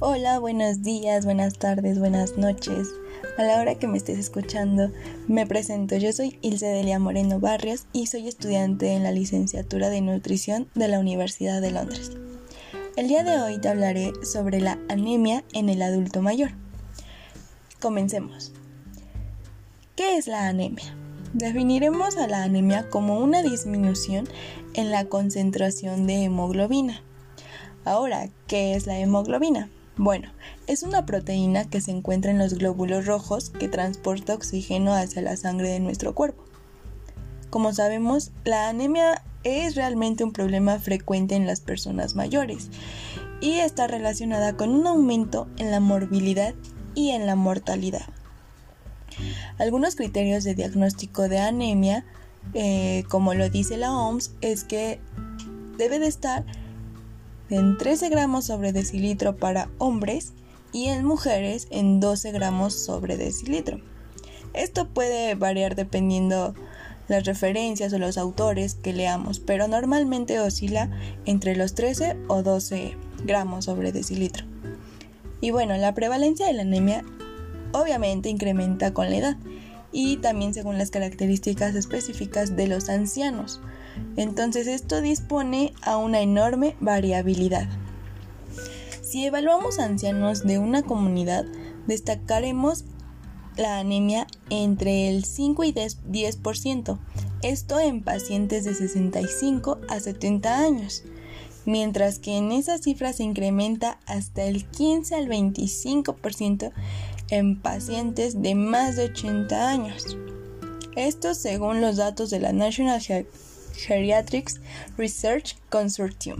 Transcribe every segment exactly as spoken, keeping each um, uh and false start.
Hola, buenos días, buenas tardes, buenas noches. A la hora que me estés escuchando, me presento. Yo soy Ilse Delia Moreno Barrios y soy estudiante en la licenciatura de nutrición de la Universidad de Londres. El día de hoy te hablaré sobre la anemia en el adulto mayor. Comencemos. ¿Qué es la anemia? Definiremos a la anemia como una disminución en la concentración de hemoglobina. Ahora, ¿qué es la hemoglobina? Bueno, es una proteína que se encuentra en los glóbulos rojos que transporta oxígeno hacia la sangre de nuestro cuerpo. Como sabemos, la anemia es realmente un problema frecuente en las personas mayores y está relacionada con un aumento en la morbilidad y en la mortalidad. Algunos criterios de diagnóstico de anemia, eh, como lo dice la O M S, es que debe de estar en trece gramos sobre decilitro para hombres y en mujeres en doce gramos sobre decilitro. Esto puede variar dependiendo las referencias o los autores que leamos, pero normalmente oscila entre los trece o doce gramos sobre decilitro. Y bueno, la prevalencia de la anemia obviamente incrementa con la edad y también según las características específicas de los ancianos. Entonces esto dispone a una enorme variabilidad. Si evaluamos a ancianos de una comunidad, destacaremos la anemia entre el cinco y diez por ciento, esto en pacientes de sesenta y cinco a setenta años, mientras que en esa cifra se incrementa hasta el quince al veinticinco por ciento en pacientes de más de ochenta años. Esto según los datos de la National Geriatrics Research Consortium.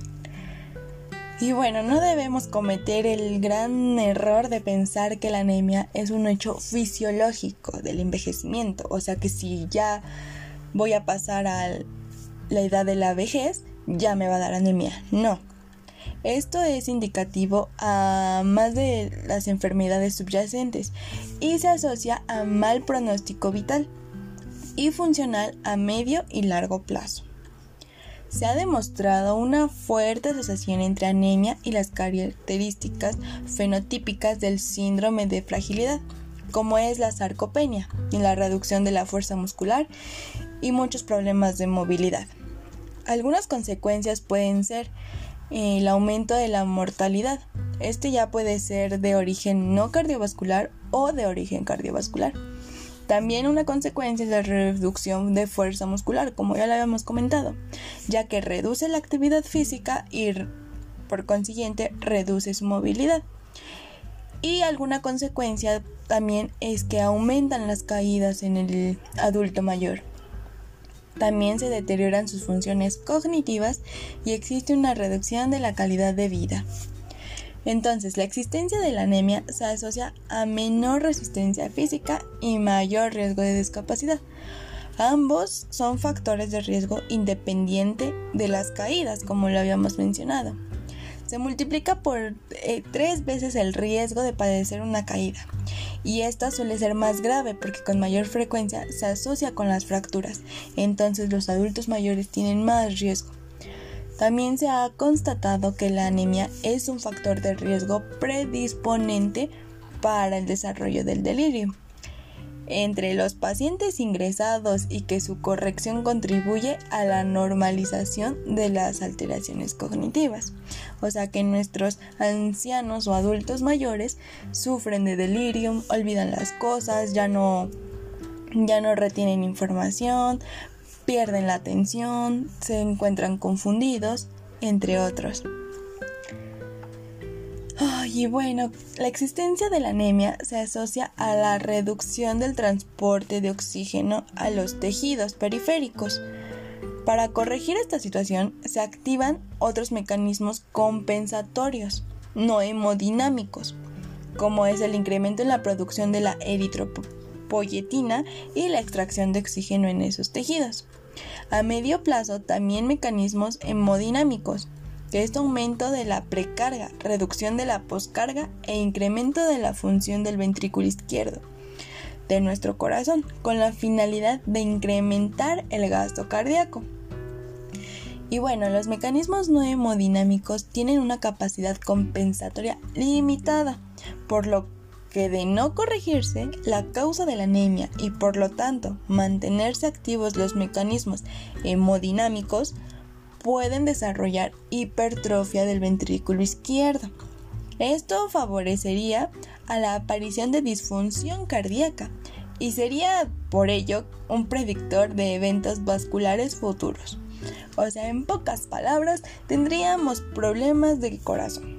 Y bueno, no debemos cometer el gran error de pensar que la anemia es un hecho fisiológico del envejecimiento, o sea que si ya voy a pasar a la edad de la vejez, ya me va a dar anemia. No. Esto es indicativo a más de las enfermedades subyacentes y se asocia a mal pronóstico vital y funcional a medio y largo plazo. Se ha demostrado una fuerte asociación entre anemia y las características fenotípicas del síndrome de fragilidad, como es la sarcopenia, y la reducción de la fuerza muscular y muchos problemas de movilidad. Algunas consecuencias pueden ser eh, el aumento de la mortalidad. Este ya puede ser de origen no cardiovascular o de origen cardiovascular. También una consecuencia es la reducción de fuerza muscular, como ya lo habíamos comentado, ya que reduce la actividad física y por consiguiente reduce su movilidad. Y alguna consecuencia también es que aumentan las caídas en el adulto mayor. También se deterioran sus funciones cognitivas y existe una reducción de la calidad de vida. Entonces, la existencia de la anemia se asocia a menor resistencia física y mayor riesgo de discapacidad. Ambos son factores de riesgo independiente de las caídas, como lo habíamos mencionado. Se multiplica por eh, tres veces el riesgo de padecer una caída, y esta suele ser más grave porque con mayor frecuencia se asocia con las fracturas. Entonces, los adultos mayores tienen más riesgo. También se ha constatado que la anemia es un factor de riesgo predisponente para el desarrollo del delirio. Entre los pacientes ingresados y que su corrección contribuye a la normalización de las alteraciones cognitivas. O sea que nuestros ancianos o adultos mayores sufren de delirium, olvidan las cosas, ya no, ya no retienen información, pierden la atención, se encuentran confundidos, entre otros. Oh, y bueno, la existencia de la anemia se asocia a la reducción del transporte de oxígeno a los tejidos periféricos. Para corregir esta situación se activan otros mecanismos compensatorios, no hemodinámicos, como es el incremento en la producción de la eritropoyetina y la extracción de oxígeno en esos tejidos. A medio plazo también mecanismos hemodinámicos, que es aumento de la precarga, reducción de la poscarga e incremento de la función del ventrículo izquierdo de nuestro corazón, con la finalidad de incrementar el gasto cardíaco. Y bueno, los mecanismos no hemodinámicos tienen una capacidad compensatoria limitada, por lo que de no corregirse la causa de la anemia y por lo tanto mantenerse activos los mecanismos hemodinámicos, pueden desarrollar hipertrofia del ventrículo izquierdo. Esto favorecería a la aparición de disfunción cardíaca y sería por ello un predictor de eventos vasculares futuros. O sea, en pocas palabras, tendríamos problemas del corazón.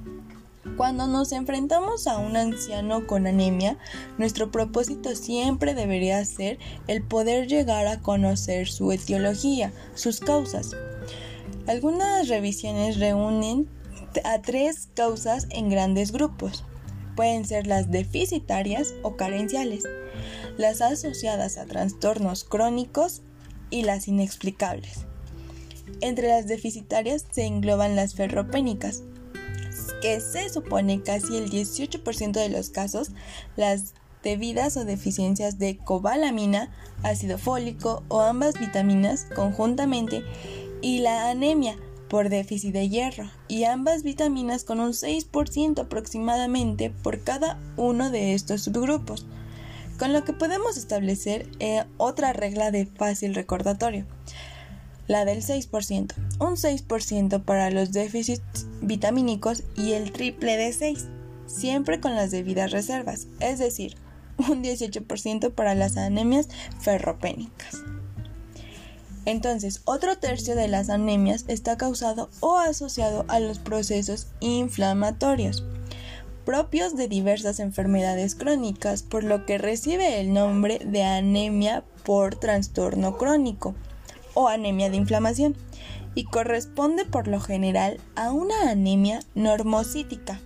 Cuando nos enfrentamos a un anciano con anemia, nuestro propósito siempre debería ser el poder llegar a conocer su etiología, sus causas. Algunas revisiones reúnen a tres causas en grandes grupos. Pueden ser las deficitarias o carenciales, las asociadas a trastornos crónicos y las inexplicables. Entre las deficitarias se engloban las ferropénicas, que se supone casi el dieciocho por ciento de los casos, las debidas o deficiencias de cobalamina, ácido fólico o ambas vitaminas conjuntamente, y la anemia por déficit de hierro y ambas vitaminas con un seis por ciento aproximadamente por cada uno de estos subgrupos, con lo que podemos establecer eh, otra regla de fácil recordatorio, la del seis por ciento, un seis por ciento para los déficits vitamínicos y el triple de seis, siempre con las debidas reservas, es decir, un dieciocho por ciento para las anemias ferropénicas. Entonces, otro tercio de las anemias está causado o asociado a los procesos inflamatorios propios de diversas enfermedades crónicas, por lo que recibe el nombre de anemia por trastorno crónico o anemia de inflamación, y corresponde por lo general a una anemia normocítica.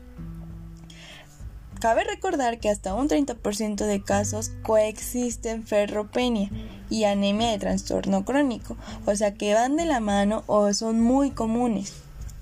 Cabe recordar que hasta un treinta por ciento de casos coexisten ferropenia y anemia de trastorno crónico, o sea que van de la mano o son muy comunes.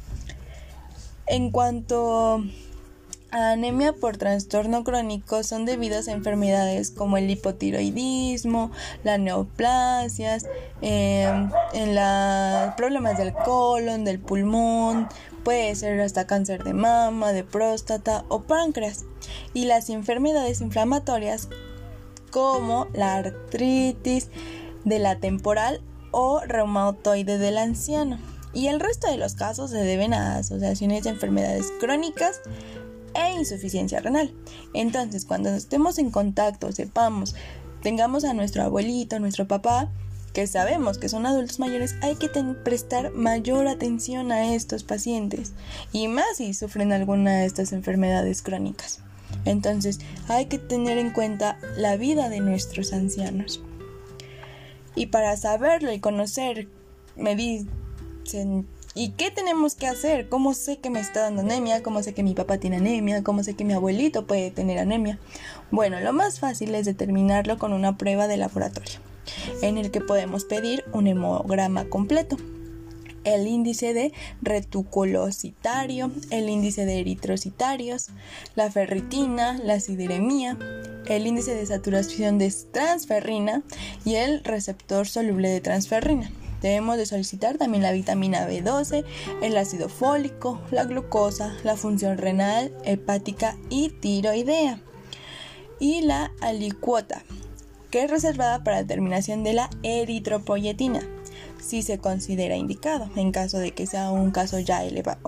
En cuanto a anemia por trastorno crónico, son debidas a enfermedades como el hipotiroidismo, las neoplasias, eh, en la, problemas del colon, del pulmón, puede ser hasta cáncer de mama, de próstata o páncreas, y las enfermedades inflamatorias como la artritis de la temporal o reumatoide del anciano. Y el resto de los casos se deben a asociaciones de enfermedades crónicas e insuficiencia renal. Entonces, cuando estemos en contacto, sepamos, tengamos a nuestro abuelito, a nuestro papá, que sabemos que son adultos mayores, hay que ten- prestar mayor atención a estos pacientes, y más si sufren alguna de estas enfermedades crónicas. Entonces, hay que tener en cuenta la vida de nuestros ancianos. Y para saberlo y conocer, me dicen, ¿y qué tenemos que hacer? ¿Cómo sé que me está dando anemia? ¿Cómo sé que mi papá tiene anemia? ¿Cómo sé que mi abuelito puede tener anemia? Bueno, lo más fácil es determinarlo con una prueba de laboratorio, en el que podemos pedir un hemograma completo, el índice de reticulocitario, el índice de eritrocitarios, la ferritina, la sideremia, el índice de saturación de transferrina y el receptor soluble de transferrina. Debemos de solicitar también la vitamina B doce, el ácido fólico, la glucosa, la función renal, hepática y tiroidea, y la alicuota, que es reservada para determinación de la eritropoyetina, si se considera indicado, en caso de que sea un caso ya elevado.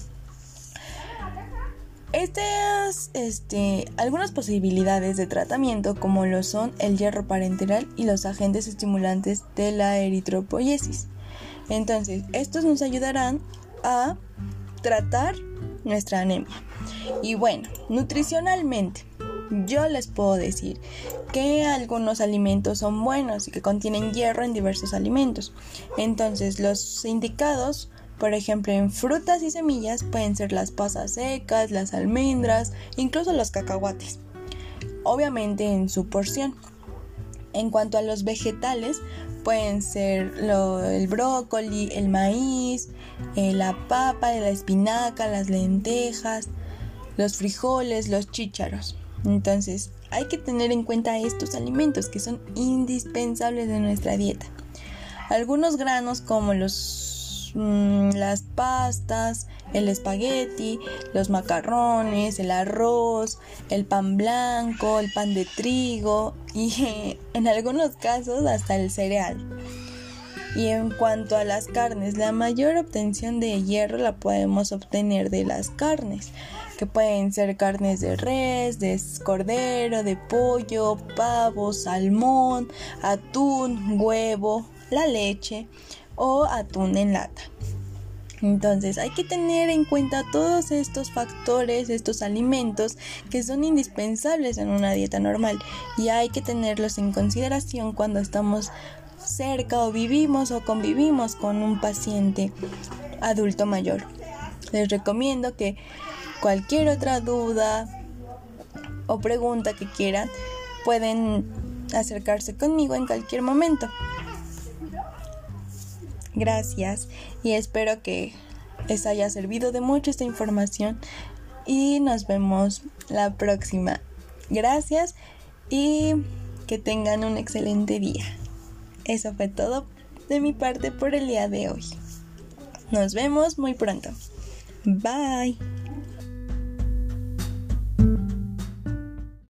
Estas, este, algunas posibilidades de tratamiento, como lo son el hierro parenteral y los agentes estimulantes de la eritropoiesis. Entonces, estos nos ayudarán a tratar nuestra anemia. Y bueno, nutricionalmente, yo les puedo decir que algunos alimentos son buenos y que contienen hierro en diversos alimentos. Entonces, los indicados, por ejemplo, en frutas y semillas, pueden ser las pasas secas, las almendras, incluso los cacahuates, obviamente en su porción. En cuanto a los vegetales, pueden ser lo, el brócoli, el maíz, eh, la papa, la espinaca, las lentejas, los frijoles, los chícharos. Entonces, hay que tener en cuenta estos alimentos que son indispensables de nuestra dieta. Algunos granos como los mmm, las pastas, el espagueti, los macarrones, el arroz, el pan blanco, el pan de trigo y en algunos casos hasta el cereal. Y en cuanto a las carnes, la mayor obtención de hierro la podemos obtener de las carnes, que pueden ser carnes de res, de cordero, de pollo, pavo, salmón, atún, huevo, la leche o atún en lata. Entonces hay que tener en cuenta todos estos factores, estos alimentos que son indispensables en una dieta normal y hay que tenerlos en consideración cuando estamos cerca o vivimos o convivimos con un paciente adulto mayor. Les recomiendo que cualquier otra duda o pregunta que quieran pueden acercarse conmigo en cualquier momento. Gracias y espero que les haya servido de mucho esta información y nos vemos la próxima. Gracias y que tengan un excelente día. Eso fue todo de mi parte por el día de hoy. Nos vemos muy pronto. Bye.